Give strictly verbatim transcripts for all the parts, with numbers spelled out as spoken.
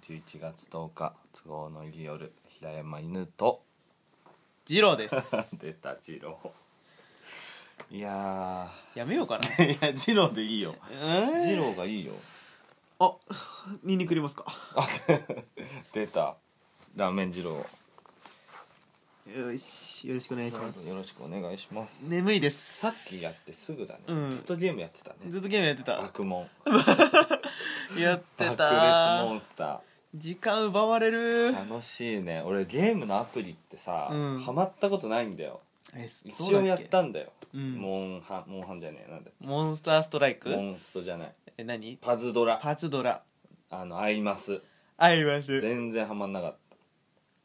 じゅういちがつとおか都合のいい夜、平山犬とジローです出たジロー。いややめようかなーいやジローでいいよ、 えー、 ジローがいいよ。 あ、ニンニク入れますか出たラーメンジロよし、よろしくお願いします。 ー、よろしくお願いします。 眠いです。 さっきやってすぐだね、 うん、 ずっとゲームやってたね。 ずっとゲームやってた。 爆問やってた。 爆裂モンスター時間奪われる。 楽しいね。俺ゲームのアプリってさ、うん、ハマったことないんだよ。 え一応やったんだよ、 うん、 モンハンモンハンじゃねえなんだっけ、 モンスターストライク、 モンストじゃない、 え、何、 パズドラ、 パズドラ、 あのアイマス、 アイマス全然ハマんなかった。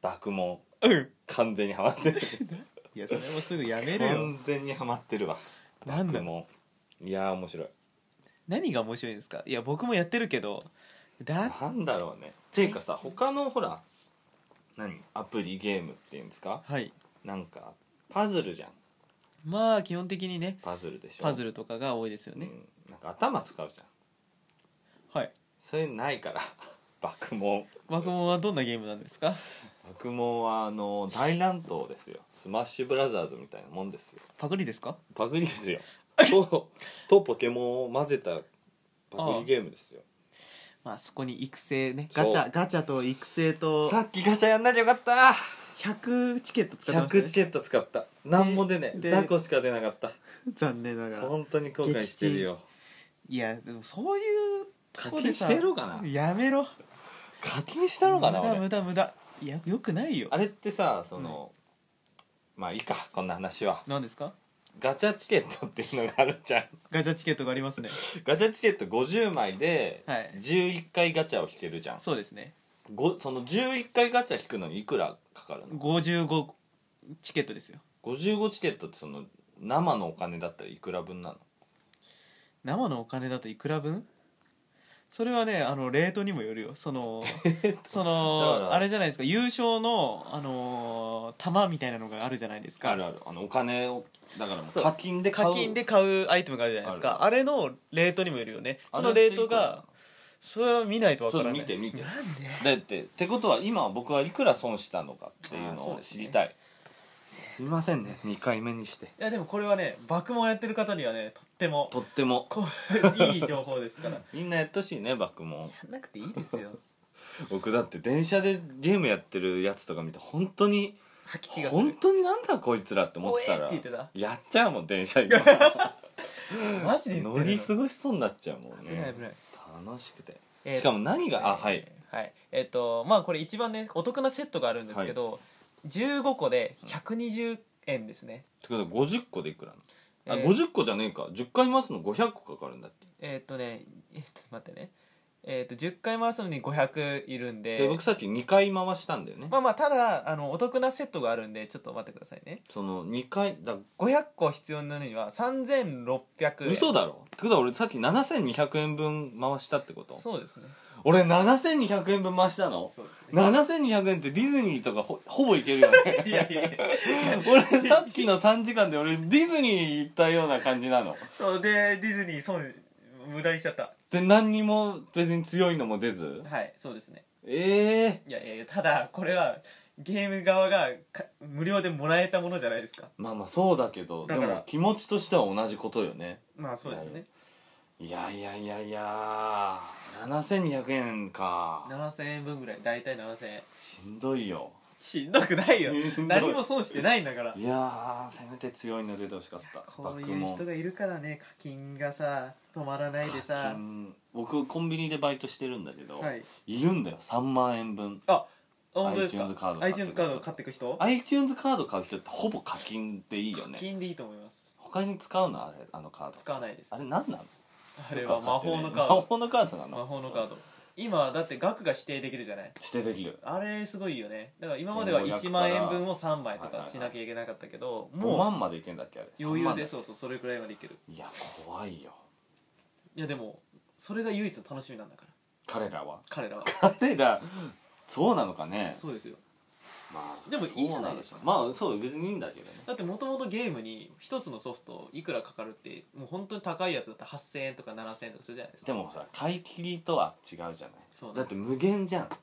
爆問、 うん、 完全にハマってるいやそれもすぐやめるよ。 完全にハマってるわ。爆問、いやー面白い。 何が面白いんですか。いや僕もやってるけど、 だなんだろうね。ていうかさ、他のほら何アプリゲームっていうんですか、 はい、 なんかパズルじゃん。 まあ基本的にねパズルでしょ。 パズルとかが多いですよね、 うん、なんか頭使うじゃん。 はい、 そういうのないから爆問。 爆問はどんなゲームなんですか。 爆問はあの大乱闘ですよ。スマッシュブラザーズみたいなもんですよ。 パクリですか。 パクリですよと, とポケモンを混ぜたパクリゲームですよ。 ああ、まあそこに育成ね、ガチャガチャと育成と。 さっきガチャやんなきゃよかった。 ひゃくチケット使ってましたね。 ひゃくチケット使った。何も出ねえ、雑魚しか出なかった。 残念ながら本当に後悔してるよ。 いやでもそういう課金してろかな。 やめろ、 課金したのかな。 無駄無駄無駄。いやよくないよ。 あれってさ、その、うん、まあいいか、こんな話は。 何ですか。 ガチャチケットっていうのがあるじゃん。 ガチャチケットがありますね。 ガチャチケットごじゅうまいでじゅういっかいガチャを引けるじゃん、はい、 そうですね。 ごそのじゅういっかいガチャ引くのにいくらかかるの。 ごじゅうごチケットですよ。 ごじゅうごチケットってその生のお金だったらいくら分なの。 生のお金だといくら分。それはね、あのレートにもよるよ。そのそのあれじゃないですか、優勝のあの玉みたいなのがあるじゃないですか。 あるある。あのお金をだからもう課金で買う課金で買うアイテムがあるじゃないですか。 あ, あれのレートにもよるよね。そのレートがそれは見ないとわからない。 ちょっと見て見て。 なんでだってってことは今僕はいくら損したのかっていうのを知りたい。すいませんね、にかいめにして。 いやでもこれはね、爆問やってる方にはね、とってもとってもこいい情報ですからみんなやってほしいね、爆問。 やんなくていいですよ僕だって電車でゲームやってるやつとか見て本当に吐き気がする。 本当になんだこいつらって思ってたら、 おえって言ってた。 やっちゃうもん電車今マジで言ってるの。 乗り過ごしそうになっちゃうもん危ないね。 危ない。 楽しくて、 えーしかも何が、あ、はいはいえっ、とまあこれ一番ねお得なセットがあるんですけど、じゅうごこでひゃくにじゅうえんですね。 ってことはごじゅっこでいくらなの。あ、 えーごじゅっこじゃねえか、じゅっかい回すのごひゃっこかかるんだって。 えっ、とねえちょっと待ってね、えっ、とじゅっかい回すのにごひゃくいるんで、 で僕さっきにかい回したんだよね。 まあまあただあのお得なセットがあるんでちょっと待ってくださいね。 そのにかいだ、 ごひゃっこ必要なのにはさんぜんろっぴゃくえん。 嘘だろ。ってことは俺さっきななせんにひゃくえんぶん回したってこと。 そうですね。 俺ななせんにひゃくえんぶん回したの。 そうですね。 ななせんにひゃくえんってディズニーとか ほ, ほぼいけるよねいやいやいや俺さっきのさんじかんで俺ディズニー行ったような感じなの。 そうでディズニー損無駄にしちゃった。 で何にも別に強いのも出ず。 はいそうですね。 ええー、 いやいやいや、ただこれはゲーム側がか無料でもらえたものじゃないですか。 まあまあそうだけど、でも気持ちとしては同じことよね。 まあそうですね。 いやいやいやいやななせんにひゃくえんか。 ななせんえんぶんぐらい、大体ななせんえん。 しんどいよ。 しんどくないよしんどい。 何も損してないんだから。 いやせめて強いの出てほしかった。 こういう人がいるからね、課金がさ止まらないでさ。 僕コンビニでバイトしてるんだけど、 はい、 いるんだよさんまんえんぶん。 あ、本当ですか。 iTunes カード iTunes カード買ってく人 iTunes カード買う人ってほぼ課金でいいよね。 課金でいいと思います。 他に使うのあれ、あのカード使わないです。 あれ何なの。 あれは魔法のカード。 魔法のカードなの。 魔法のカード。今だって額が指定できるじゃない。 指定できる。 あれすごいよね。だから今まではいちまんえんぶんをさんまいとかしなきゃいけなかったけど、はいはいはい、もうごまんまでいけんだっけあれ。 余裕で。そうそう、それくらいまでいける。 いや怖いよ。 いやでもそれが唯一の楽しみなんだから。 彼らは彼らは彼らそうなのかね。 そうですよ。 まあでもいいじゃないですか。 まあそう別にいいんだけどね。 だってもともとゲームに一つのソフトいくらかかるって、もう本当に高いやつだったらはっせんえんとかななせんえんとかするじゃないですか。 でもさ買い切りとは違うじゃない。 そうだって無限じゃん。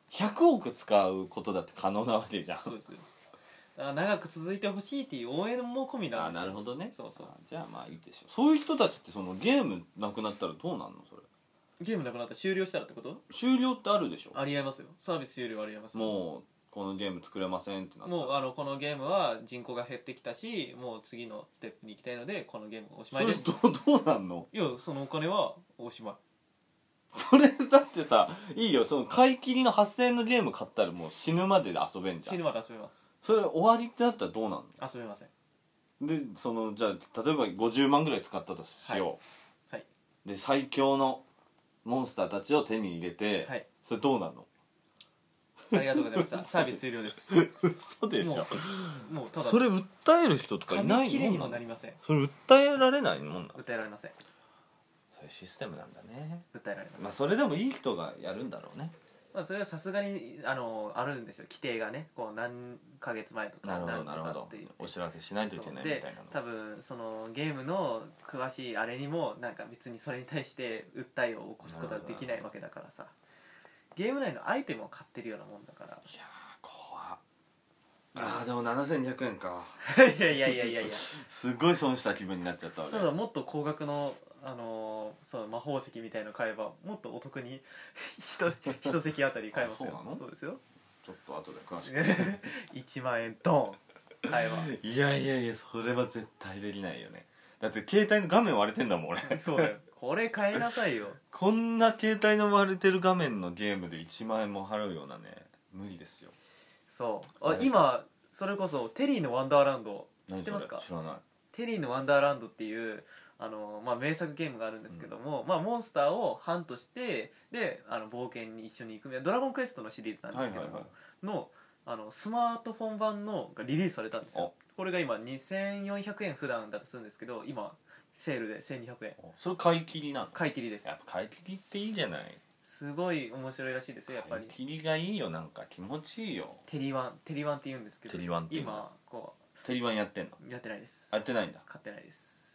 ひゃくおく使うことだって可能なわけじゃん。 そうですよ。だから長く続いてほしいっていう応援も込みなんあですよ。 なるほどね。 そうそう。 あじゃあまあいいでしょう。そういう人たちってそのゲームなくなったらどうなんのそれ。 ゲームなくなったら終了したらってこと？ 終了ってあるでしょ。 ありえますよ。サービス終了ありえますよ。 もうこのゲーム作れませんってなったらもうあのこのゲームは人口が減ってきたし、もう次のステップに行きたいのでこのゲームおしまいです。 それどうどうなんの？ いやそのお金はおしまい。 それだってさいいよ、その買い切りのはっせんえんのゲーム買ったらもう死ぬまでで遊べんじゃん。 死ぬまで遊べます。 それ終わりってなったらどうなんの？ 遊べません。 でそのじゃあ例えばごじゅうまんぐらい使ったとしよう、はい、 で最強のモンスターたちを手に入れて、はい、それどうなの？ ありがとうございました。サービス終了です。 嘘でしょ。もう、もうただそれ訴える人とかいないの？ 紙切れにもなりません。 それ訴えられないもんなの？ 訴えられません。 そういうシステムなんだね。 訴えられます。 まあそれでもいい人がやるんだろうね。 まあそれはさすがにあのあるんですよ、規定がね。こう何ヶ月前とかなるほど何となるほどかって言ってお知らせしないといけないみたいなの。 で多分そのゲームの詳しいあれにもなんか別にそれに対して訴えを起こすことはできないわけだからさ、ゲーム内のアイテムを買ってるようなもんだから。いやー怖っ。あーでもななせんにひゃくえんか。 いやいやいやいやいやすごい損した気分になっちゃったわ。 だからもっと高額のあのー、そう魔法石みたいの買えばもっとお得に一一席あたり買えますよ。 そうなの？ そうですよ。 ちょっと後で詳しくいちまんえんドン買えば。 いやいやいやそれは絶対できないよね。だって携帯の画面割れてんだもん俺。 そうだよ、これ買いなさいよ。 こんな携帯の割れてる画面のゲームでいちまんえんも払うようなね無理ですよ。 そうあ今それこそテリーのワンダーランド知ってますか？ 知らない。 テリーのワンダーランドっていうあの、まあ、名作ゲームがあるんですけども、うん、まあ、モンスターをハントしてであの冒険に一緒に行くドラゴンクエストのシリーズなんですけども、はいはいはい、のあのスマートフォン版のがリリースされたんですよ。これが今にせんよんひゃくえん普段だとするんですけど今セールでせんにひゃくえん。 それ買い切りなの？ 買い切りです。 やっぱ買い切りっていいじゃない。 すごい面白いらしいですよやっぱり。 買い切りがいいよ、なんか気持ちいいよ。 テリワンテリワンって言うんですけど、 テリワンって今こうテリワンやってんの？ やってないです。 やってないんだ。 買ってないです。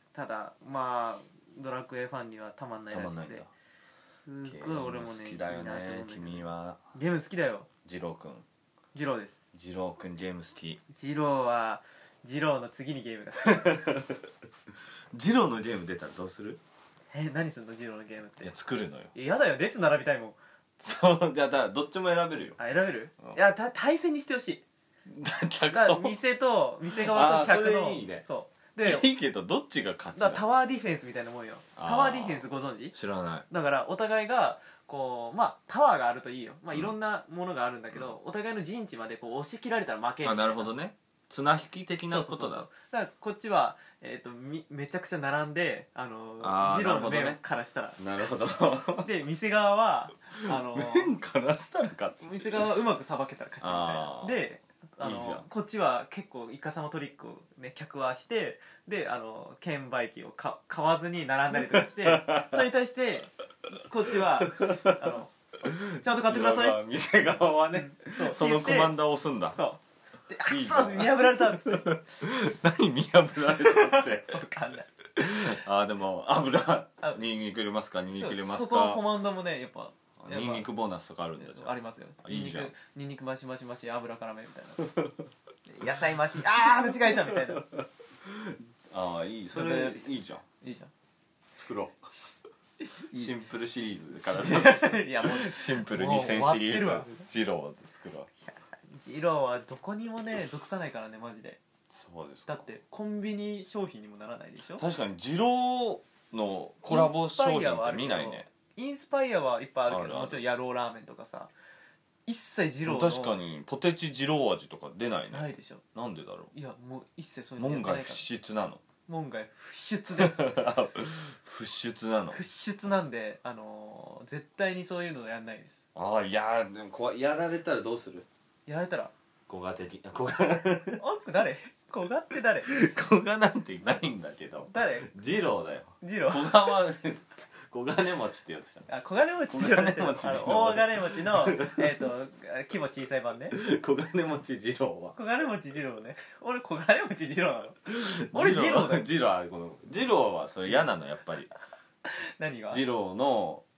ただまあドラクエファンにはたまんないらしくて、すっごい俺もね好きだよね君は。 ゲーム好きだよ。 ジローくん。 ジローです。 ジローくんゲーム好き。 ジローはジローの次にゲームだ。 ジローのゲーム出たらどうする？ え何すんのジローのゲームって。 いや作るのよ。 やだよ列並びたいもん。 そうじゃあだどっちも選べるよ。 あ選べる？いやた対戦にしてほしい。 客と店と店側と客の。 それいいね。 そうでいいけどどっちが勝ちだ？ だタワーディフェンスみたいなもんよ。タワーディフェンスご存知？ 知らない。 だからお互いがこうまあタワーがあるといいよ。まあいろんなものがあるんだけど、うん、お互いの陣地までこう押し切られたら負けるみたいな。 あなるほどね。綱引き的なことだ。そうそうそうそう。 だからこっちはえっ、ー、とみめちゃくちゃ並んであのー、ジローの面からしたら。 なるほど。 で店側はあのー、 面からしたら勝ち。 店側はうまくさばけたら勝ちみたいな。で。あのいいこっちは結構イカサマトリックを、ね、客はしてであの券売機をか買わずに並んだりとかしてそれに対してこっちはあのちゃんと買ってくださいっ店側はねそのコマンダーを押すんだ。 そうでくそ見破られたっつって何見破られたって分かんない。 あでも油ニンニク入れますかニンニク入れますか。 そこのコマンドもねやっぱニンニクボーナスとかあるんだじゃありますよ。 いいじゃん。 ニンニクマシマシマシ油絡めみたいな野菜マシあー間違えたみたいな。 ああいいそれいいじゃん。 いいじゃん作ろう。シンプルシリーズからいやもうシンプルにせんシリーズジローで作ろう。 ジローはどこにもね属さないからねマジで。 そうですか。 だってコンビニ商品にもならないでしょ。 確かにジローのコラボ商品って見ないね。 インスパイアはいっぱいあるけどもちろん野郎ラーメンとかさ一切ジローの確かにポテチジロー味とか出ないね。 ないでしょ。 なんでだろう。いやもう一切そういうのやってないから。 門外不出なの。 門外不出です不出なの。 不出なんであのー、絶対にそういうのやんないです。 ああいやでも怖い。やられたらどうする？ やられたら古賀的古賀あ誰？古賀って誰？ 古賀なんてないんだけど誰？ ジローだよ。 ジロー古賀は小金持ちって言おうとしたの。あ小金持ちって言われてる。大金持ちのえっと規模小さい版ね。 小金持ち二郎は小金持ち二郎ね。俺小金持ち二郎なの。俺二郎だよ。 二郎はこの二郎はそれ嫌なのやっぱり。 何が？ 二郎の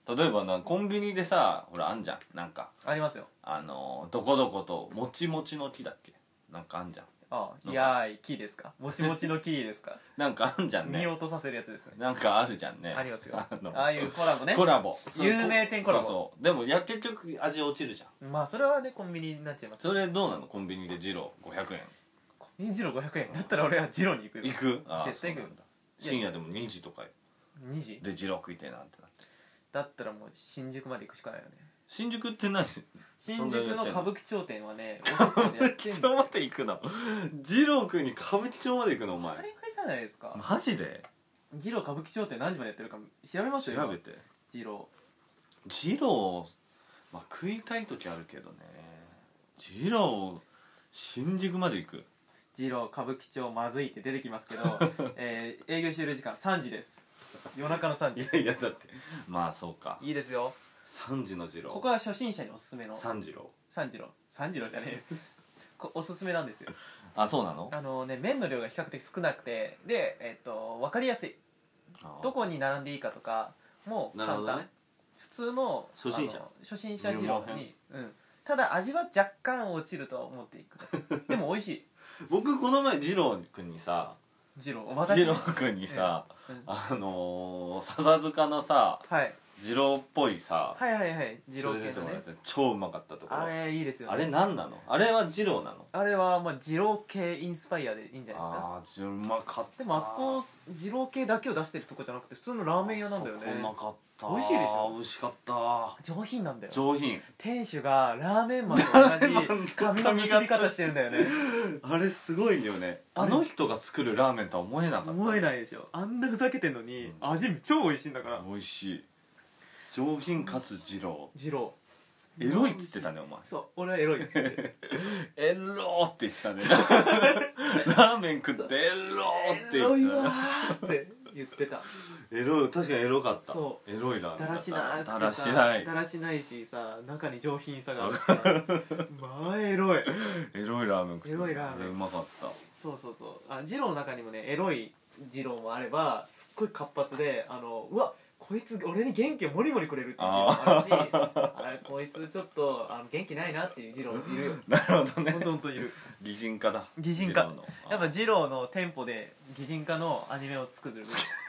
例えばなコンビニでさほらあんじゃんなんかありますよ。 あのーどこどこともちもちの木だっけなんかあんじゃんああ、いやーい木ですか。もちもちの木ですか。 なんかあんじゃんね見落とさせるやつですね。 なんかあるじゃんねありますよ。 あのああいうコラボね。 コラボ有名店コラボそうそうでもいや結局味落ちるじゃんまあそれはねコンビニになっちゃいます。 それどうなのコンビニでジローごひゃくえんコンビニジローごひゃくえんだったら俺はジローに行くよ。 行くあー絶対行くよそうなんだ深夜でもにじとかにじでジロー食いてえなってなってだったらもう新宿まで行くしかないよね。 新宿って何新宿の歌舞伎町店はね遅くまでやってんですよ。 町まで行くのジロー食いに歌舞伎町まで行くのお前当たり前じゃないですか。 マジでジロー歌舞伎町店何時までやってるか調べますよ。 調べてジロジロー、まあ、食いたい時あるけどねジロー新宿まで行くージロー歌舞伎町まずいって出てきますけど、えー営業終了時間さんじです。夜中のさんじ。 いやいやだってまあそうかいいですよ。 さんじのジローここは初心者におすすめの三次郎三次郎三次郎じゃねえこおすすめなんですよ。 あそうなのあのね麺の量が比較的少なくてで、えっと分かりやすい。どこに並んでいいかとかもう簡単、 なるほどね普通の初心者あの初心者二郎入門に、うん、ただ味は若干落ちると思ってください。でも美味しい。 僕この前ジロー君にさ二郎私ジロー君にさ、 ええうんあのー、笹塚のさはいジローっぽいさはいはいはい二郎連れてって系のねもらって超うまかったところあれいいですよね。 あれ何なのあれはジローなのあれはまあ二郎系インスパイアでいいんじゃないですか。 ああージローうまかったでもあそこ二郎系だけを出してるとこじゃなくて普通のラーメン屋なんだよね。 あそこうまかった美味しいでしょ美味しかった上品なんだよ。 上品店主がラーメンマンと同じ髪の結び方してるんだよね。 あれすごいよねあの人が作るラーメンとは思えなかった思えないでしょ。あんなふざけてんのに味超美味しいんだから。 美味しい上品かつ二郎二郎エロいっつってたねお前そう俺はエロいって言ってエローって言ってたねラーメン食ってエローってエロいわ言ってーって言ってた。 たエロい確かにエロかったそエロいラーメンだらしなくてさだらしないだらしないしさ中に上品さがあってさまあエロい。 エロいラーメン食ってエロいラーメンあれうまかったそうそうそうあ二郎の中にもねエロい二郎もあればすっごい活発であのうわこいつ俺に元気をもりもりくれるっていう二郎もあるしあれこいつちょっとあの元気ないなっていう二郎もいるよ。 なるほどねほんとほんといる。 擬人化だ擬人化二郎のやっぱ二郎の店舗で擬人化のアニメを作る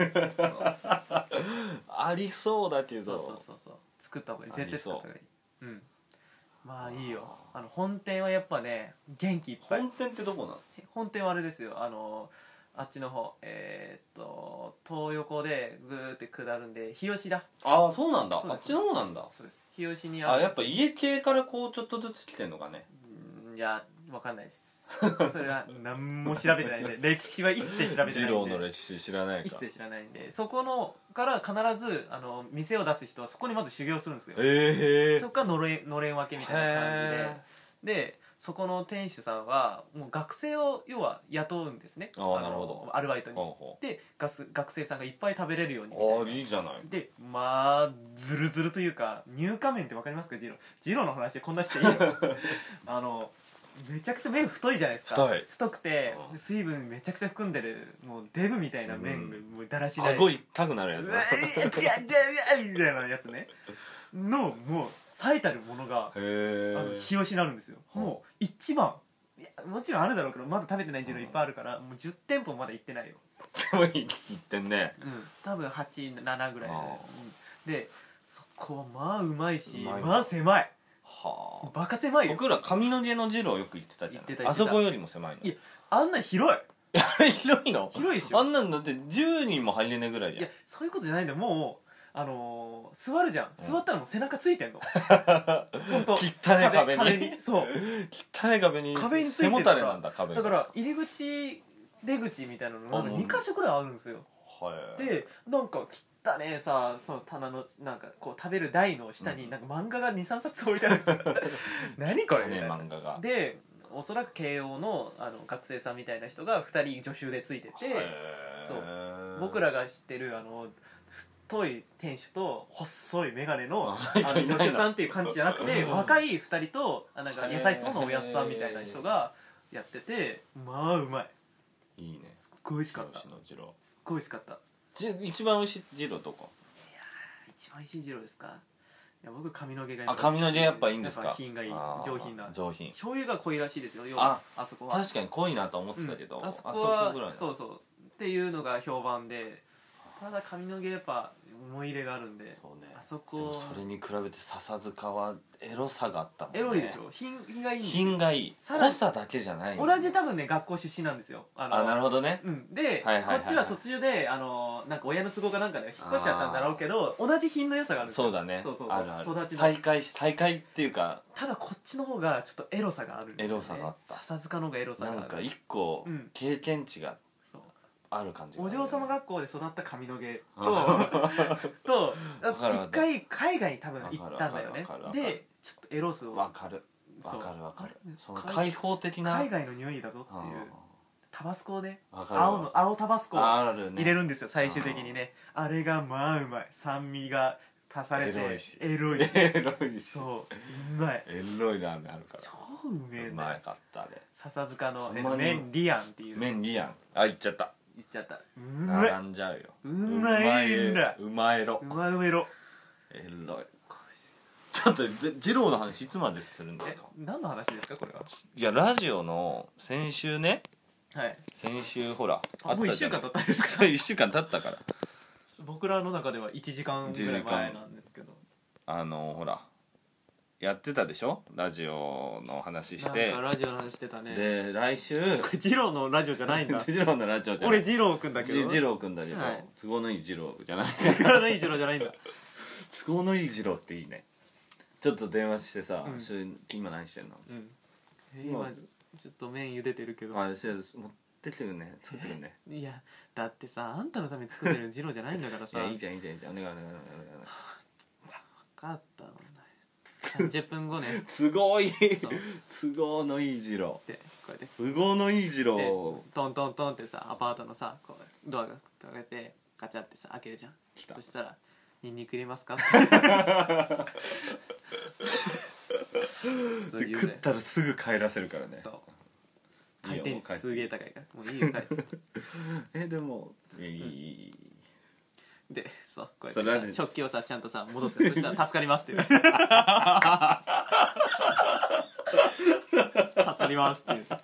ありそうだけそうどそうそうそう作った方がいい絶ありそう対作った方がいい。うんまあいいよ。あの本店はやっぱね元気いっぱい。 本店ってどこなの本店はあれですよあのあっちの方えー、っと東横でグーって下るんで日吉だ。 ああそうなんだそうですあっちの方なんだそうです日吉にあるんですあやっぱ家系からこうちょっとずつ来てんのかねうんいやわかんないですそれは何も調べてないんで歴史は一切調べてないんで二郎の歴史知らないか一切知らないんでそこのから必ずあの店を出す人はそこにまず修行するんですよ。 ええそこからのれんのれん分けみたいな感じへででそこの店主さんはもう学生を要は雇うんですね。 あーのなるほどアルバイトにほうほでガス学生さんがいっぱい食べれるようにみたああいないいじゃないでまあズルズルというか乳化麺って分かりますかジロージローの話でこんなしていいのあのめちゃくちゃ麺太いじゃないですか。 太い太くてうん水分めちゃくちゃ含んでるもうデブみたいな麺がうんもうだらしない顎痛くなるやつうわなみたいなやつねのもう最たるものがあのへ日吉になるんですよ。もう一番いやもちろんあるだろうけどまだ食べてないジローいっぱいあるからもうじゅってんぽまだ行ってないよ。 えでもいい言ってんねうん多分はち、ななぐらいで、 あうんでそこはまあうまいしうまいまあ狭いはあバカ狭いよ。 僕ら上野毛の二郎よく行ってたじゃん行ってた行ってたあそこよりも狭いのいやあんな広いあれ広いの広いでしょ。 あんなんだってじゅうにんも入れねえぐらいじいやゃんそういうことじゃないんだよもうあのー、座るじゃん座ったらもう背中ついてんの本当汚い壁に壁にそう汚い壁に壁についてる背もたれなんだ壁がだから入り口出口みたいなのがなんかにかしょくらいあるんですよ。 はいでなんか汚ねえさその棚のなんかこう食べる台の下うんになんか漫画がにさんさつ置いてあるんですよ何これみねたいな漫画がでおそらく慶応のあの学生さんみたいな人がふたり助手でついててそう僕らが知ってるあの太い店主と細い眼鏡のああの助いないな手さんっていう感じじゃなくて若いふたりとあなんか優しそうなおやつさんみたいな人がやっててまあうまいいいねすっごい美味しかった吉野二郎すっごい美味しかった。 じ一番美味しい二郎どこ一番美味しい二郎ですか。いや僕髪の毛があ髪の毛やっぱいいんですか。 やっぱ品がいい、 あー上品な。 上品。 醤油が濃いらしいですよ。要はああそこは確かに濃いなと思ってたけど、 うんあそこあはそこぐらいだそうそうっていうのが評判で、ただ髪の毛やっぱ思い入れがあるんで、 そうね。 あそでもこそれに比べて笹塚はエロさがあったもんね。 エロいでしょ。品品がいいんですよ。 品がいい。 さらに濃さだけじゃない。 同じ多分ね学校出身なんですよ。あのあなるほどね。 うん、で、 はいはいはいはいこっちは途中であのなんか親の都合かなんかで引っ越しちゃったんだろうけど、同じ品の良さがあるんですよ。 そうだね。 そうそうそうあるある。 育ちの再会再会っていうかただこっちの方がちょっとエロさがあるんですよね。 エロさがあった笹塚の方がエロさがある。 なんか一個うん経験値がそうある感じがあおるよね。 嬢様学校で育った髪の毛とあとわかるわ一回海外に多分行わかるったんだよねわかるわかるでちょっとエロスをわかるそうわかるわかるあれその開放的な海外の匂いだぞっていうタバスコをねあーわかる青の青タバスコをあるね入れるんですよ最終的にねあれがまあうまい酸味が足されてエロいしエロいしエロいしそううまいエロいラーメンあるから超うめえうんまだよかったあれ笹塚のえほんまに麺リアンっていう麺リアンあ言っちゃった言っちゃったうまい並んじゃうようまいんだうまいろうまうめろエロいちょっとジローの話いつまでするんですえか。 何の話ですかこれはいやラジオの先週ねはい先週ほらあもういっしゅうかん経ったんですかそういっしゅうかん経ったから僕らの中ではいちじかんぐらい前なんですけどあのほらやってたでしょラジオの話してなんかラジオの話してたねで来週これ二郎のラジオじゃないんだジローのラジオじゃない俺二郎くんだけどジジローくんだけど、 はい都合のいいジローじゃない力のいい二郎じゃないんだ都合のいいジローっていいねちょっと電話してさ「 うんそれ今何してんの? うんえ今ちょっと麺茹でてるけ」どあれ持ってきてくんね作ってくんねいやだってさあんたのために作ってる二郎じゃないんだからいさやいいじゃんいいじゃんいいじゃんお願いお願いお願いお願い分かったのさんじゅっぷんごねすごいそう都合のいいジロでこうやってー都合のいいジロでートントントンってさアパートのさこうドアが開けてガチャってさ開けるじゃん来たそしたら「ニンニク入れますか?」そうで言うね食ったらすぐ帰らせるからねそういいよ回転率すげえ高いからもういいよ帰ってえでもいやいいいいいいでそうこうやそれはねってさ食器をさちゃんとさ戻すよそしたら「助かります」って言う助かりますって言う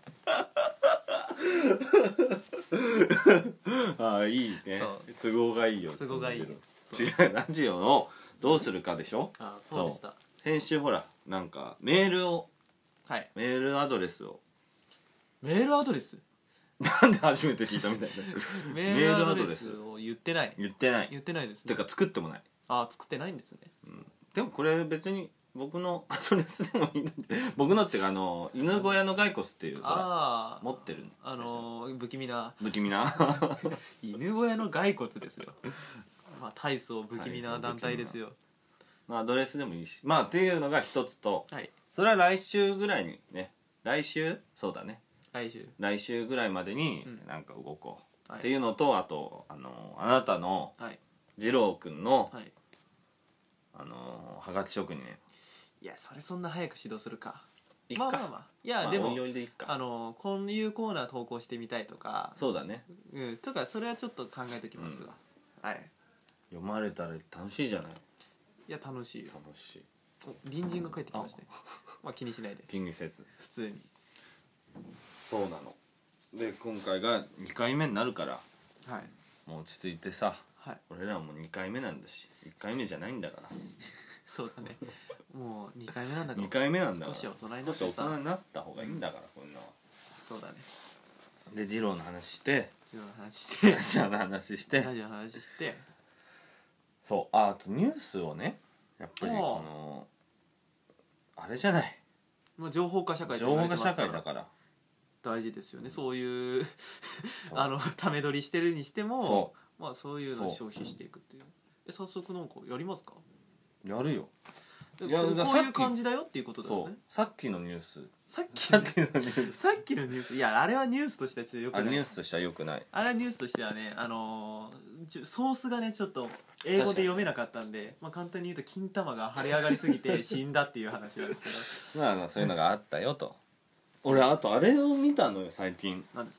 ああいいねそう都合がいいよ都合がいい違うラジオのどうするかでしょあそうでした先週ほらなんかメールをはいメールアドレスをメールアドレスなんで初めて聞いたみたいなメールアドレスを言ってない言ってない言ってないですねてか作ってもない、 あ作ってないんですねうん、でもこれ別に僕のアドレスでもいいんだ僕のっていうかあの犬小屋の骸骨っていうほらああ持ってるんですよあのー不気味な不気味な犬小屋の骸骨ですよまあ大層不気味な団体ですよまあアドレスでもいいしまあっていうのが一つとはいそれは来週ぐらいにね来週そうだね来週来週ぐらいまでにうんなんか動こう、 はいっていうのとあとあのあなたのはい二郎くんの、 はいあのはがき職人ねいやそれそんな早く指導するかいっかまあまあまあいや、でもまあおいおいでいっかあのこういうコーナー投稿してみたいとかそうだねうんとかそれはちょっと考えておきますわ、はい読まれたら楽しいじゃないいや楽しいよ楽しいお隣人が帰ってきましてまあ気にしないで気にせず普通にそうなので今回がにかいめになるからはいもう落ち着いてさはい俺らはもうにかいめなんだしいっかいめじゃないんだからそうだねもうにかいめなんだからにかいめなんだから少し大人になって少しさ大人になった方がいいんだからこんなのはそうだねで二郎の話してラジオの話してラジオの話してラジオの話してそうああとニュースをねやっぱりおうこのあれじゃないまあ情報化社会と言わ情報化社れてますから会だから大事ですよねそういうそうあのため撮りしてるにしてもそまあそういうのをそう消費していくっていうえ早速なんかやりますかやるよでいやこうこういうだからさっき感じだよっていうことだそうよねさっきのニュースさっきのさっきのニュースさっきのニュースいやあれはニュースとしてはちょっとよくあないニュースとしては良くないあれはニュースとしてはねあのーちょソースがねちょっと英語で読めなかったんで、まあ、簡単に言うと金玉が腫れ上がりすぎて死んだっていう話なんですけどまあまあそういうのがあったよと俺あとあれを見たのよ最近何ですか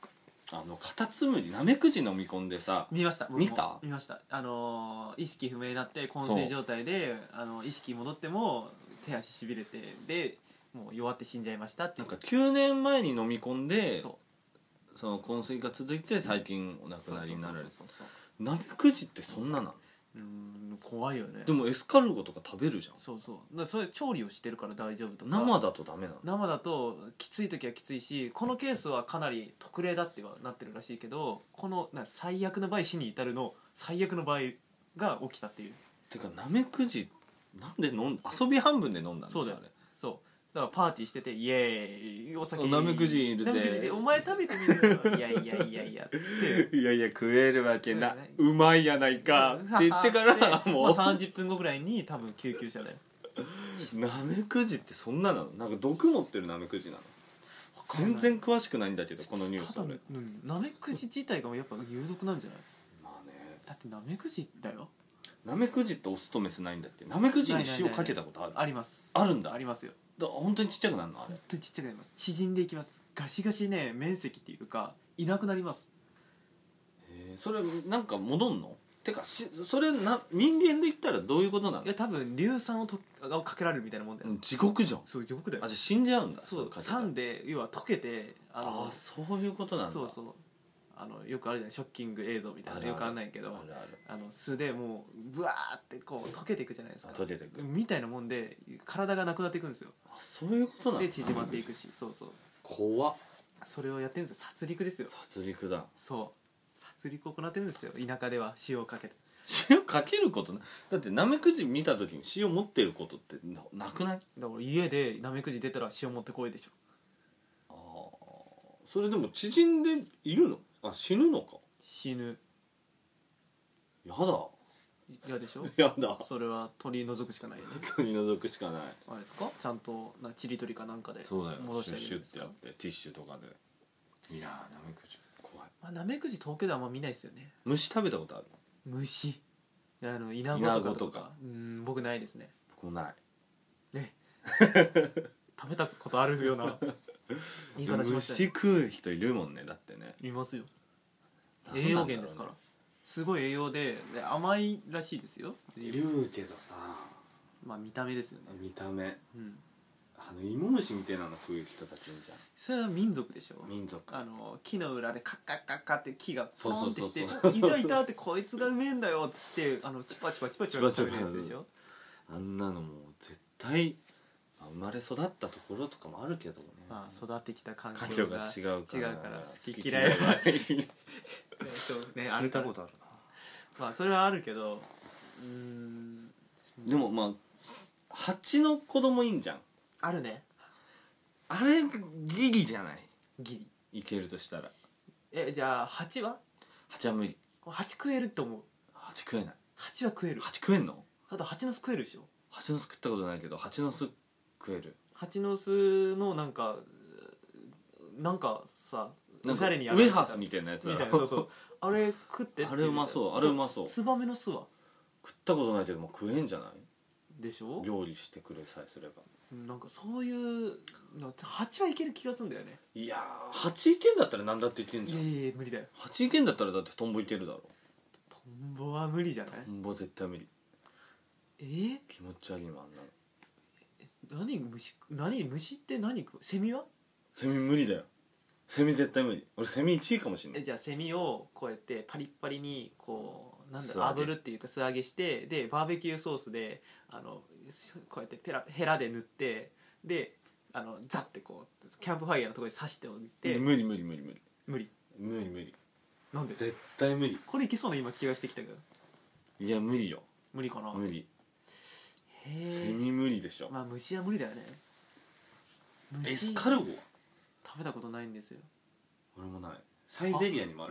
あのカタツムリナメクジ飲み込んでさ、 見ました僕も見た見ました。あのー意識不明になって昏睡状態であの意識戻っても手足しびれてでもう弱って死んじゃいましたっていう。 なんかきゅうねんまえに飲み込んでそその昏睡が続いて最近お亡うくなりになられる。 そうそうそうナメクジってそんななの？ うーん怖いよね。 でもエスカルゴとか食べるじゃん。 そうそうだからそれ調理をしてるから大丈夫とか。 生だとダメなの？ 生だときつい時はきついし、このケースはかなり特例だってはなってるらしいけど、このな最悪の場合死に至るの最悪の場合が起きたっていう。 てかナメクジなんで飲ん遊び半分で飲んだんでしょそうだよあれ。 そうだからパーティーしててイエーイお酒ナメクジいるぜナメクジお前食べてみるよいやいやいやいやつっていやいや食えるわけなうんうまいやないかって言ってからでもうまあ、さんじゅっぷんごぐらいに多分救急車だよ。 ナメクジってそんななの？なんか毒持ってるナメクジなの？全然詳しくないんだけどこのニュースただ俺。 うんナメクジ自体がやっぱ有毒なんじゃない？ まあね、 だってナメクジだよ。 ナメクジってオスとメスないんだっけ？ナメクジに塩かけたことある？ ありますあるんだ。 ありますよ。 だ本当にちっちゃくなるのあれ？ 本当にちっちゃくなります。縮んでいきます。ガシガシね面積っていうかいなくなります。 へーそれなんか戻んの？てかしそれな人間で言ったらどういうことなの？ いや多分硫酸をとをかけられるみたいなもんだよ。 うん地獄じゃん。 そう地獄だよあ。じゃあ死んじゃうんだ。 そうれかけたら酸で要は溶けてあのあーそういうことなんだ。 そうそうあのよくあるじゃないショッキング映像みたいなあるあるよくあんないけどあるある。 あの素でもうブワーってこう溶けていくじゃないですか。 あ溶けていくみたいなもんで体がなくなっていくんですよ。 あそういうことなの？ で縮まっていくしそうそう怖っ。 それをやってるんですよ。殺戮ですよ。 殺戮だ。 そう殺戮を行ってるんですよ。田舎では塩をかけて。 塩かけることなだってナメクジ見た時に塩持ってることってななくない？ だから家でナメクジ出たら塩持ってこいでしょ。 あーそれでも縮んでいるの？あ死ぬのか？ 死ぬ。 やだ嫌でしょ。 やだそれは取り除くしかないよね。 取り除くしかない。 あれですかちゃんとなチリ取りかなんかでそうだよ戻してあシュッシュげるんですかってやってティッシュとかでいやーナメクジ怖い。 まあ、ナメクジ東京ではあんま見ないですよね。 虫食べたことある？ 虫あのイナゴイナとかゴとかうん僕ないですね。 僕もない。 ね食べたことあるような言い方しました虫ね。 食う人いるもんねだってね。 いますよ。 なんなんだろうね栄養源ですからすごい栄養でで甘いらしいですよ。 いるけどさまあ見た目ですよね。 見た目うんあの芋虫みたいなの食う人たちいるじゃそれは民族でしょ。 ん民族。 あの木の裏でカッカッカッカって木がポそうそうそうーンってしてそう 「いたいた」ってこいつがうめえんだよっつってあのチパチパチパチパ食べるやつでしょ。 あんなのもう絶対まあ生まれ育ったところとかもあるけどね、 まあ育ってきた環環境が境が違うから違うから好き嫌いは好きねそうねあ聞いるからたことあるまあそれはあるけどうーんな。でもまあ蜂の子供いいんじゃん。 あるねあれギリじゃない？ ギリ。 いけるとしたら。 えじゃあ蜂は蜂は無理。 蜂食えると思う。 蜂食えない。 蜂は食える。 蜂食えんの？ あと蜂の巣食えるでしょ。 蜂の巣食ったことないけど蜂の巣食える。 蜂の巣のなんかなんかさなんかおしゃれにやウエハースみたいなやつだみたいなそうそうあれ食ってってあれうまそうあれうまそう。 ツバメの巣は食ったことないけどもう食えんじゃない？ でしょ。 料理してくれさえすれば。 なんかそういうの蜂はいける気がするんだよね。 いやー蜂いけんだったら何だっていけんいじゃん。 やいや無理だよ。 蜂いけんだったらだってトンボいけるだろ。 トンボは無理じゃない。 トンボ絶対無理。 えー、 気持ち悪いもんあんなの。 何虫何虫って何食う。セミはセミ無理だよ。セミ絶対無理。俺セミいちいかもしんなえい。 じゃあセミをこうやってパリッパリにこうなんだ素揚げ炙るっていうか素揚げしてでバーベキューソースであのこうやってペラヘラで塗ってであのザッてこうキャンプファイヤーのところに刺しておいて無理無理無理無理無理無理無理なんで絶対無理。 これいけそうな今気がしてきたけどいや無理よ。 無理かな。 無理。 へえセミ無理でしょ。 まあ虫は無理だよね。虫エスカルゴは食べたことないんですよ。 俺もない。サイゼリアにもある。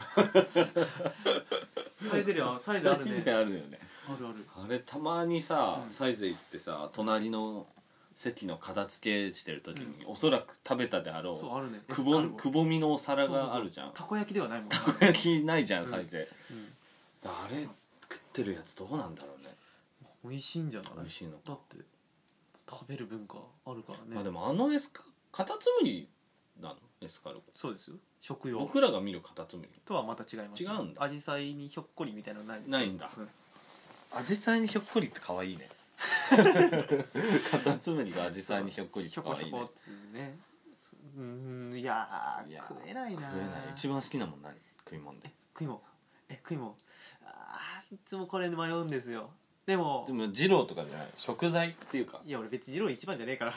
サイゼリアサイズあるねサイゼあるよね。 あるある。 あれたまにさ、 うんサイゼ行ってさ隣の席の片付けしてる時に、おそらく食べたであろそうあるねうくぼエスカルゴくぼみのお皿そうそうそうがあるじゃん。 たこ焼きではないもんねたこ焼きないじゃん、 うんサイゼ。 うんあれ食ってるやつどうなんだろうね。 美味しいんじゃない。 美味しいのか。 だって食べる文化あるからね。 まあでもあのエスカカタツムリなの？ エスカルゴ。 そうですよ、食用僕らが見るカタツムリとはまた違います、 違うんだ。 アジサイにひょっこりみたいなのないですよないんだ。 うん、 アジサイにひょっこりって可愛いねカタツムリがアジサイにひょっこりってひょ可愛いね。 こひょこっつね。うーん、いやーいや食えないな。 食えない。一番好きなもん何？食い物で。 食いもんえ食いもんあーいつもこれで迷うんですよ。でもでも二郎とかじゃない、食材っていうか。 いや俺別に二郎一番じゃねえから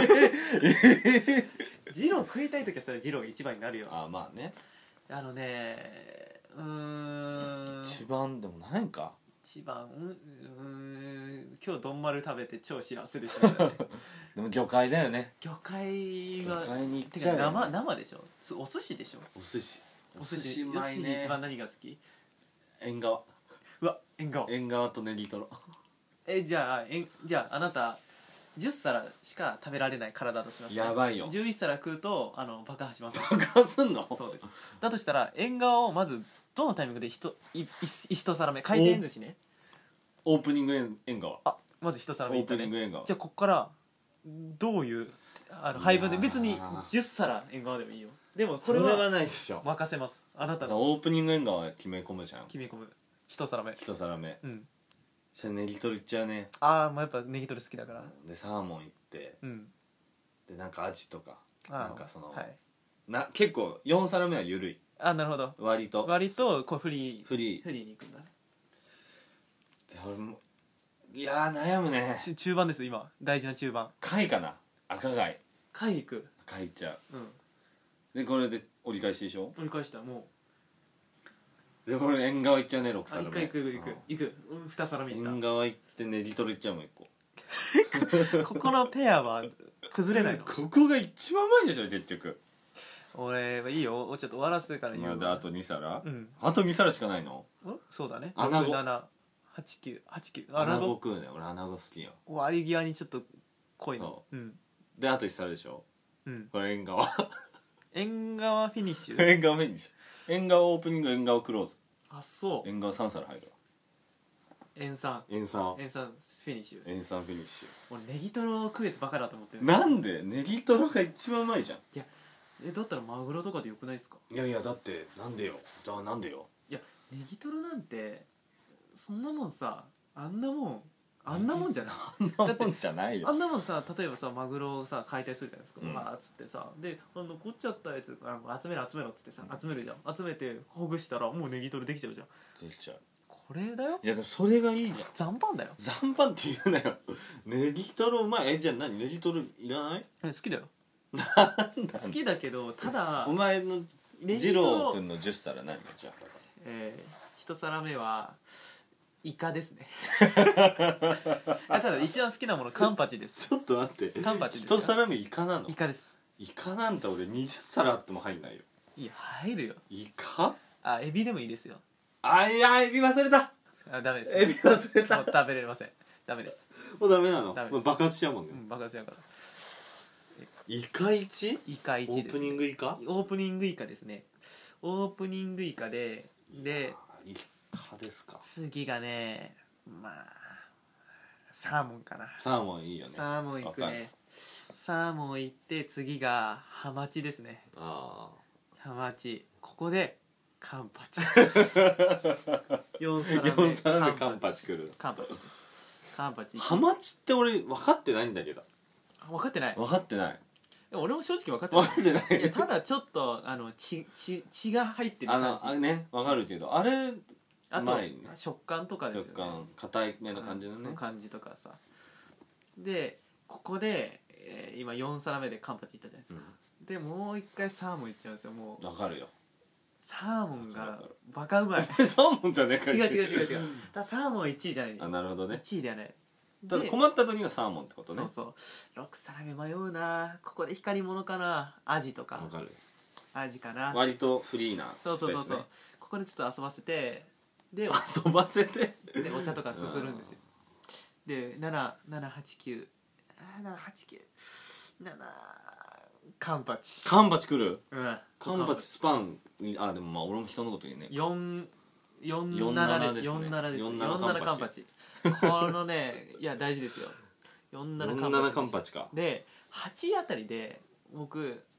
二郎食いたい時はそれは二郎が一番になるよ。 あまあね。 あのねうーん一番でも何か一番うーん今日丼丸食べて超幸せでしたねでも魚介だよね。 魚介魚は介に行ってかちゃうよね。 生生でしょ、すお寿司でしょ。 お寿司。 お寿司お寿司で一番何が好き？ 縁側。 うわ縁側縁側とネギトロ。 えじゃあえんじゃああなたじゅっ皿しか食べられない体とします、ね、 やばいよ。 じゅういち皿食うとあの爆破します爆破すんの？ そうです。だとしたら縁側をまずどのタイミングでひといい一皿目回転寿司ね。 オープニング縁縁側。 あまず一皿目いったオープニングね。 縁側。 じゃあこっからどういうあの配分で別にじゅっ皿縁側でもいいよ。でもこそれはれはないでしょ。 任せます。あなたのオープニング縁側は決め込むじゃん。 決め込む一皿目。 一皿目。 うん。 じゃあネギトロいっちゃうね。 ああもうやっぱネギトロ好きだから。 でサーモンいって、 うん。 でなんかアジとか、 あーなんかその、 はい。 な結構よん皿目は緩い。 あなるほど。 割と割とこうフリーフリーフリーに行くんだ。 で俺もいやー悩むね。 ち中盤です今大事な中盤。 貝かな。赤貝。 貝行く。 貝いっちゃう。 うん。 でこれで折り返しでしょ。 折り返したもでこれ縁側いっちゃうね。ろくう。あ皿目。 一回行く行く行く。うん二皿目うん行っ縁側行ってネギトロいっちゃうもんいっこ。 た。ここのペアは崩れないの。 ここが一番うまいでしょ結局。 俺いいよちょっと終わらせてから言うわ。 まだあとに皿、 うんあとに皿しかないの。 んそうだね。 穴子ななはちきゅうはちきゅう穴穴子子食うね。俺穴子好きよ。 終わり際にちょっと濃いの。 そううんであといち皿でしょ。 うん。 これ縁側縁側フィニッシュ。 縁側メインでしょ。縁側オープニング、縁側クローズ。 あそう縁側さん皿入るわ。 塩酸塩酸塩酸フィニッシュ。 塩酸フィニッシ俺ネギトロ食うやつバカだと思ってる。 ュ。なんでネギトロが一番うまいじゃん。 えだったらマグロとかでよくないですか？ いやいやだってなんでよ。じゃあなんでよ。 いやネギトロなんてそんなもんさあんなもんあんなもんじゃない。 あんなもんじゃないよ。 あんなもんさ例えばさマグロをさ解体するじゃないですか、 うんわーっつってさであの残っちゃったやつあの集めろ集めろっつってさ集めるじゃん。集めてほぐしたらもうネギトロできちゃうじゃん。 できちゃう。 これだよいやでもそれがいいじゃん。 残飯だよ。 残飯って言うなよ。ネギトロうまい。えじゃあ何ネギトロいらない？ え好きだよ。 なんだ好きだけどただお前のネ二ギトロ郎君のじゅっ皿何じゃあ。 えー、一皿目はイカですねあただ一番好きなものカンパチです。 ちょっと待って。 カンパチですか？ 一皿目イカなの？ イカです。 イカなんて俺にじゅっ皿あっても入んないよ。 いや入るよ。 イカ？ あエビでもいいですよ。 あいやエビ忘れた。 あダメです。 エビ忘れた。 もう食べれません。ダメです。 もうダメなの？ ダメですもう爆発しちゃうもんね。 うん爆発しながら。 イカいち？ イカいちです、ね、 オープニングイカ？ オープニングイカですね。オープニングイカででイカですか。 次がねまあサーモンかな。 サーモンいいよね。 サーモンいくわかる。 ね。サーモンいって次がハマチですね。 あハマチここでカンパチよんあ。 皿目四皿目カンパチくる。 カンパチです。カンパチハマチって俺分かってないんだけど。 分かってない。 分かってない。 俺も正直分かって分ない。 かってないいやただちょっとあの血血血が入ってるあ感じ。 のあれね分かるけどあれあとうまいね食感とかですよね。 食感硬いめの感じのね。 その感じとかさ。でここで、えー今よん皿目でカンパチいったじゃないですか、でもう一回サーモンいっちゃうんですよ。もう分かるよ。 サーモンがわかるわかるバカうまいサーモンじゃねえか違う違う違う違うただサーモンいちいじゃない。 あなるほどね。 いちいではない。 ただで困った時のサーモンってことね。 そうそうろく皿目迷うな。ここで光り物かな。アジとか分かる。 アジかな。 割とフリーなそうそうそうそう、 スペースね。 ここでちょっと遊ばせてで遊ばせてでお茶とかすするんですよ。でななななはちきゅうあななはちきゅうななカンパチカンパチ来る。 うんカンパチスパンあでもまあ俺も人のこと言うね。 よんよんよんななななですよんななですよんよんななななカンパチこのねいや大事ですよ。よんななカンパチよんななカンパチか。 ではちあたりで僕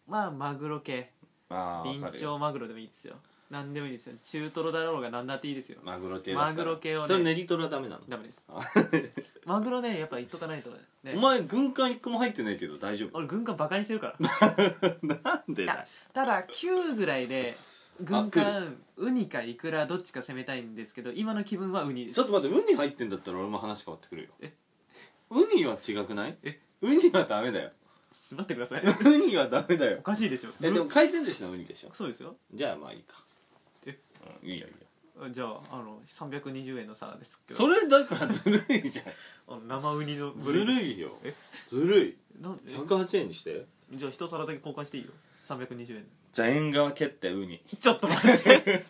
まあマグロ系、 あービンチわかるよョウマグロでもいいですよ。何でもいいですよ。中トロだろうが何だっていいですよ。 マグロ系だったらマグロ系をねそれ練りトロはダメなの？ ダメですあマグロねやっぱ言っとかないとね。 お前軍艦いっこも入ってないけど大丈夫？ 俺軍艦バカにしてるからなんでだよただきゅうぐらいで軍艦ウニかイクラどっちか攻めたいんですけど、今の気分はウニです。 ちょっと待ってウニ入ってんだったら俺も話変わってくるよ。 えウニは違くない？ えウニはダメだよ。 ちょっと待ってくださいウニはダメだよお。かしいでしょ。 えでも回転寿司のウニでしょ？ そうですよ。 じゃあまあいいか。 えうんいいよいいよ。 じゃああのさんびゃくにじゅうえんの差ですけど、 それだからずるいじゃん。 あの生ウニのずるいよ。 えずるい。 なんでひゃくはちえんにして。 じゃあ一皿だけ交換していいよ。さんびゃくにじゅうえんじゃあ縁側蹴ってウニ。 ちょっと待って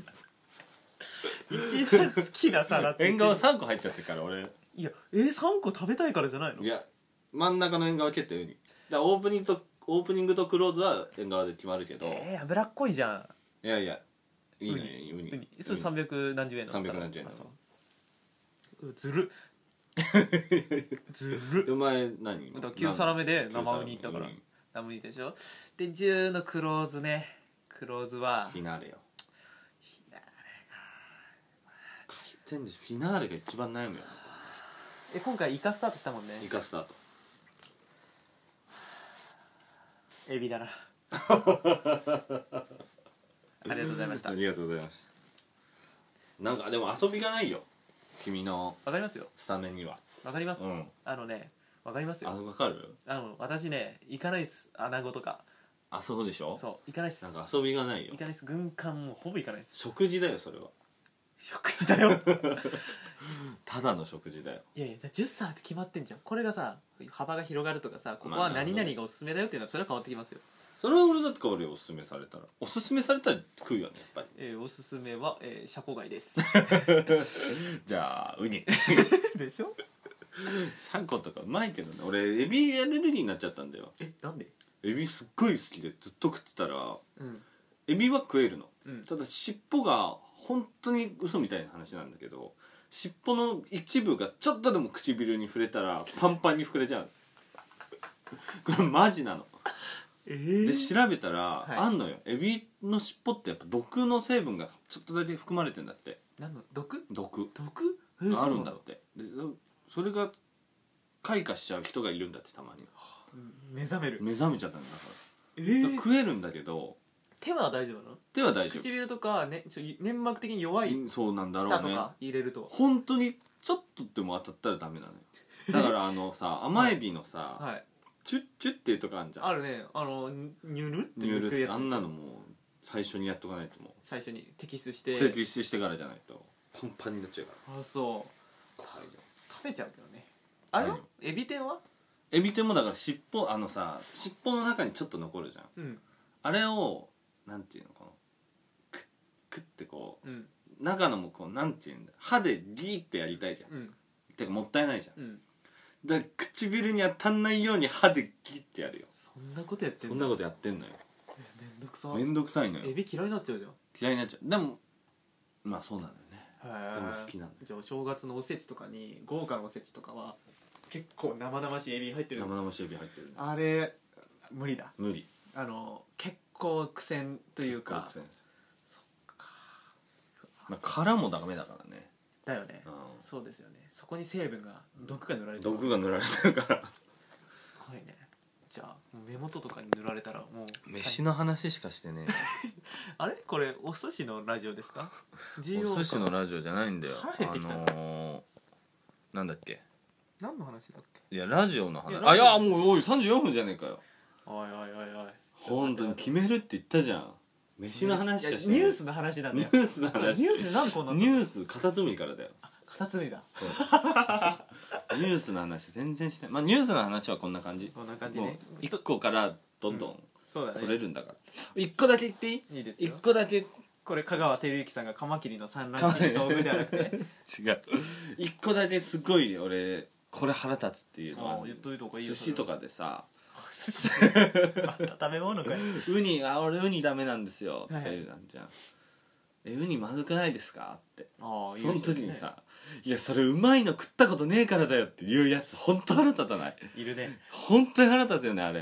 一番好きな皿って縁側さんこ入っちゃってるから俺。 いやえー、さんこ食べたいからじゃないの？ いや真ん中の縁側蹴ってウニ。だからオープニングとオープニングとクローズは縁側で決まるけど。 えー、脂っこいじゃん。 いやいやいいのよウニ。 ウニそれさんびゃく何十円のさんびゃく何十円のあそううずるずるお前何？ だからきゅう皿目で生ウニいったからウニ生ウニでしょ。でじゅうのクローズね。クローズはフィナーレよ。回転寿司フィナーレが一番悩むよ。 え今回イカスタートしたもんね。 イカスタート。 エビだなありがとうございました。わありがとうございました。なんかでも遊びがないよ君のかりますよ。 スタメンには。 わかります、 うんあのねわかりますあよ。 分かる？ あの私ね行かないっす。アナゴとかあそうでしょ。 そう行かないっす。 なんか遊びがないよ行。かないっす。軍艦もほぼ行かないっす。 食事だよそれは。 食事だよただの食事だよ。 いやいやじゅっさいって決まってんじゃん。これがさ幅が広がるとかさ、ここまあは何々がおすすめだよっていうのはそれは変わってきますよ。 それは俺だって俺おすすめされたらおすすめされたら食うよねやっぱり。 えー、おすすめは、えー、シャコガイですじゃあウニでしょ。 シャコとかうまいけどね。俺エビアレルギーになっちゃったんだよ。 えなんで？ エビすっごい好きでずっと食ってたらうんエビは食えるの。 うんただ尻尾が本当に嘘みたいな話なんだけど、尻尾の一部がちょっとでも唇に触れたらパンパンに膨れちゃうこれマジなの。 えー、 で調べたら、 いあんのよ。エビの尻尾ってやっぱ毒の成分がちょっとだけ含まれてんだって。 何の毒？ 毒毒？えーがあるんだそうって。でそれが開花しちゃう人がいるんだってたまに。 なんだ目覚める。 目覚めちゃったんだかえら、だからー、 食えるんだけど手は大丈夫なの？ 手は大丈夫。 唇とか、ね、ちょ粘膜的に弱いうんそうなんだろうね。 舌とか入れると、 本当にちょっとでも当たったらダメなのよ。だからあのさ甘エビのさ、 はいチュッチュッっていうとこあるじゃん。 あるね。あのニュルってニュールって抜くやつあんなのもう最初にやっとかないともう最初に摘出して提出してからじゃないとパンパンになっちゃうからあそう怖いよ。 食べちゃうけどね。あれは何エビ天は？ エビ天もだから尻尾あのさ尻尾の中にちょっと残るじゃん。 うんあれをなんていうのこのクックッってこううん中のもこうなんていうんだ歯でギーってやりたいじゃん。 うんてかもったいないじゃん。 うんだから唇に当たんないように歯でギーってやるよ。 そんなことやってんの？ そんなことやってんのよ。 えめんどくさ。 めんどくさいのよ。 エビ嫌いになっちゃうじゃん。 嫌いになっちゃう。でもまあそうなのよね。 へでも好きなんだよ。 じゃあお正月のおせちとかに豪華なおせちとかは結構生々しいエビ入ってる。 生々しいエビ入ってるね。 あれ無理だ。 無理あの結構苦戦というか。 結構苦戦です。 そっか。 まあ殻もダメだからね。 だよね。 うんそうですよね。そこに成分が毒が塗られてる。 毒が塗られてるからすごいね。じゃあ目元とかに塗られたらもう飯の話しかしてねあれこれお寿司のラジオですか？ お寿司のラジオじゃないんだよ。 腹減ってきたあのー、なんだっけ。 何の話だっけ？ いやラジオの話。 いやラジオあいやもうおいさんじゅうよんぷんじゃねえかよ。 おいおいおいおい本当に決めるって言ったじゃん。飯の話しかしてない。 いやニュースの話なんだよ。 ニュースの話。 ニュースで何個なの？ ニュースカタツムリからだよ。 カタツムリだ。 そうニュースの話全然してない。まあニュースの話はこんな感じ。 こんな感じね。 もう一個からどんどんそうだね。 それるんだから。一個だけ言っていい？ いいですよ。 一個だけ。 これ香川照之さんがカマキリの産卵地に遭遇ではなくて違う。一個だけすごい俺これ腹立つっていうのはああ言っといた方がいいよ。 寿司とかでさ寿司また食べ物かい。 ウニあ俺ウニダメなんですよとはいか言うなんじゃん。えウニまずくないですかってああその時にさいやそれうまいの食ったことねえからだよっていうやつ本当腹立たない？ いるね。 本当に腹立つよねあれ。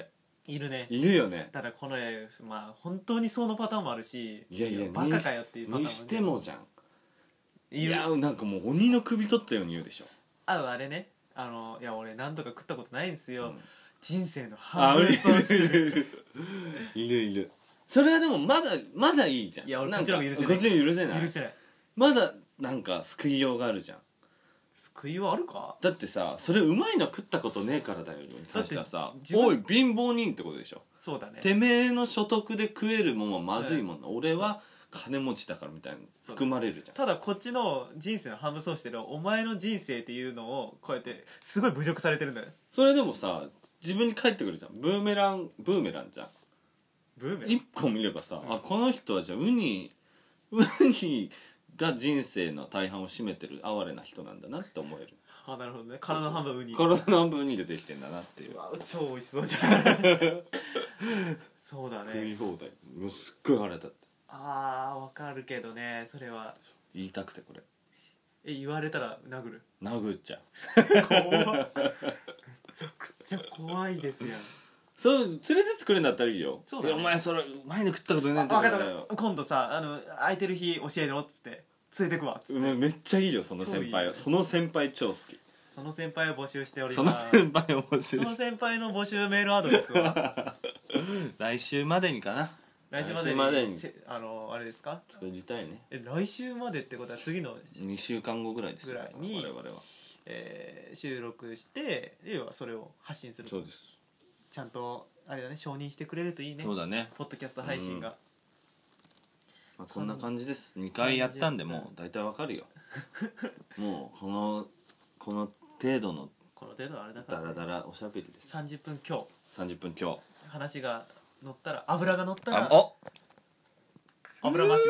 いるね。 いるよね。 ただこの絵まあ本当にそのパターンもあるし、 いやいやバカかよっていうパターンもにしてもじゃん。 いる。 いやなんかもう鬼の首取ったように言うでしょ。 ああれね、あのいや俺何とか食ったことないんですよ、 うん人生のあい半分損してる。 るいるいる。それはでもまだまだいいじゃん。 いや俺なんかこっちの方が許せないこっちに許せない許せない。 まだなんか救いようがあるじゃん。 救いはあるか。 だってさそれうまいの食ったことねえからだよに関してはさだって自分おい貧乏人ってことでしょ。 そうだね。 てめえの所得で食えるもんはまずいもんな、俺は金持ちだからみたいなの含まれるじゃん。 ただこっちの人生の半分損してるお前の人生っていうのをこうやってすごい侮辱されてるんだよ。 それでもさ自分に返ってくるじゃん。ブーメランブーメランじゃん。 ブーメラン一個見ればさ、あこの人はじゃあウニウニが人生の大半を占めてる哀れな人なんだなって思える。 あなるほどね。体の半分ウニ。 体の半分ウニでできてんだなっていう。 うわ超美味しそうじゃん。そうだ食いね。 放題もうすっごい腹立ってあーわかるけどねそれは。 言いたくてこれえ言われたら殴る。 殴っちゃう。 怖っ。めちゃくちゃ怖いですよ。 そう連れてってくれんだったらいいよ。 そうだねいやお前それうまいの食ったことねえんだ分かったよ。 分かった。今度さあの空いてる日教えろっつって連れてくわっつって。 うんめっちゃいいよその先輩超いはいその先輩超好き。 その先輩を募集しておりそのます。 先輩を募集そのし先輩の募集メールアドレスは来週までにかな。 来週までに来週までにせあのあれですか。 作りたいね。 え来週までってことは次の、 にしゅうかんごぐらいですよぐらいに我々は。 えー収録して要はそれを発信する。 そうです。 ちゃんとあれだね承認してくれるといいね。 そうだね。 ポッドキャスト配信が、 まあ、こんな感じです。にかいやったんでもう大体わかるよ。もうこのこの程度のこの程度のあれだかダら、 ラダラおしゃべりです。 さんじゅっぷん強さんじゅっぷん今日。 話が乗ったら油が乗ったらあお油増し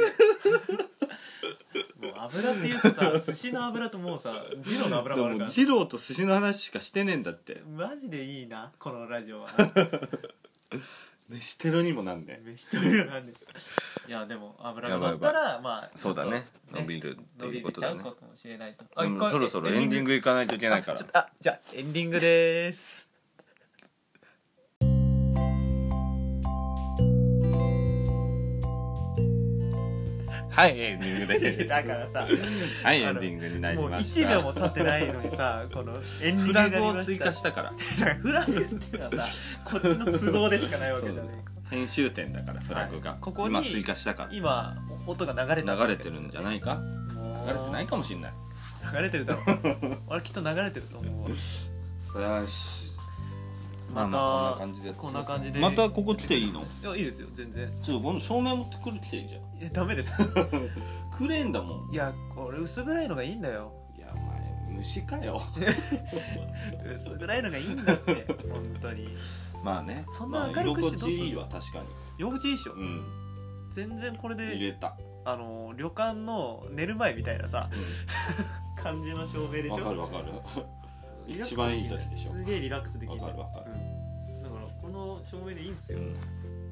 もう油っていうとさ寿司の油ともうさジローの油もあるからでも二郎と寿司の話しかしてねえんだって。 マジでいいなこのラジオは。 飯テロにもなんで。 飯というなんでいやでも油が乗ったらまあそうだねちょっと伸びるっていうことだね伸びてちゃうかもしれないと。 うん一回そろそろエンディングいかないといけないからあちょっとあじゃあエンディングでーす。 はいエンディングでだからさはいエンディングになりもうました。 いちびょうも経ってないのにさこのエンディングにフなりましたラグを追加したから。 フラグっていうのはさこっちの都合でしかないわけじゃないか。 編集点だからフラグが、 はいここに今追加したから今音が流れて流れてるんじゃないか。 もう流れてないかもしんない。 流れてるだろう俺きっと流れてると思うわ。 よし。 またまあまあこんな感じで。 こんな感じでまたここ来ていいの？ いやいいですよ全然。 ちょっとこの照明持ってくる来ていいじゃん。 いやダメですくれんだもん。 いやこれ薄暗いのがいいんだよ。 いやお前虫かよ。 薄暗いのがいいんだって本当に。 まあね。 そんな明るくしてどうするまあ居心地いいわ確かに。 居心地いいっしょ。 うん。 全然これ入でれた。 あの旅館の寝る前みたいなさう感じの照明でしょ。 ん。わかるわかる。 リラックス一番いい時でしょ。 すげえリラックスできる。 わかるわかるうん、だからこの照明でいいんですよ、 うん。 全然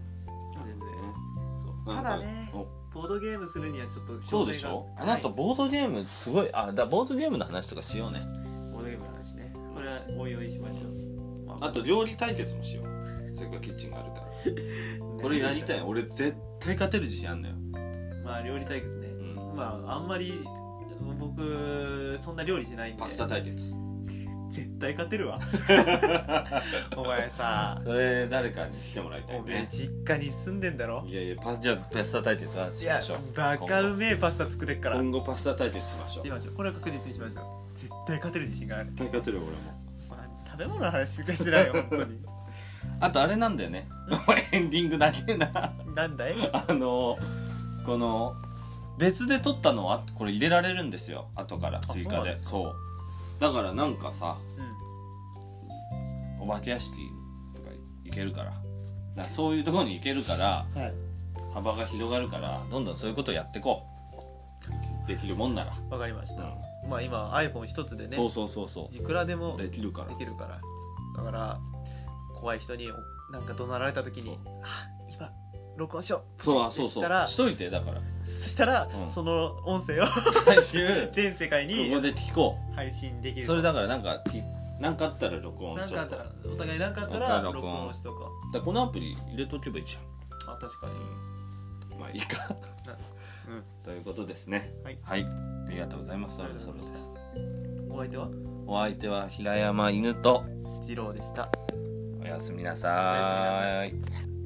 そう。 なんかただねおボードゲームするにはちょっとそう照明がでしょ。あはいなたボードゲームすごいあだボードゲームの話とかしようね。 ボードゲームの話ねこれはおいおいしましょう、まあと料理対決もしよう。それからキッチンがあるから。これやりたい。俺絶対勝てる自信あんのよ。 まあ料理対決ね、 うん。 まああんまり僕そんな料理しないんでパスタ対決。 絶対勝てるわお前さそれ誰かにしてもらいたいおめえね。 実家に住んでんだろ。 いやいやパじゃあパスタ対決はいしやましょう。 バカうめえパスタ作れっから今後パスタ対決しましょう。 しましょう。これは確実にしましょう。絶対勝てる自信がある。 絶対勝てるよ俺も。 まあ、食べ物の話しかしてないよ本当に。 あとあれなんだよね。エンディングだけな。 なんだい。 あのこの別で撮ったのはこれ入れられるんですよ後から追加で。 あそうそうだからなんかさうお化け屋敷とか行けるからだからそういうところに行けるからん。はい。 幅が広がるからどんどんそういうことをやってこうできるもんなら、 わかりました。 うまあ今 アイフォン 一つでね。 そうそうそうそいくらでもうできるからできるから。だから怖い人になんか怒鳴られた時に、あ今録音しよう。 そうあそうそうしたらしといてだからそしたら、 うんその音声を来週全世界こにこで聞こ配信できる。 うそれだからなんかきなんかあったら録音なんちょっとかあったらお互いなんかあったおら録互い録音音しとこだこのアプリ入れとけばいいじう。あ、確かに。 ゃんまあいいかうんということですねはい、 はい、ありがとうございます。そろそろです。 お相手はお相手は平山犬と次郎でした。 おやすみなさおやすみなさーい。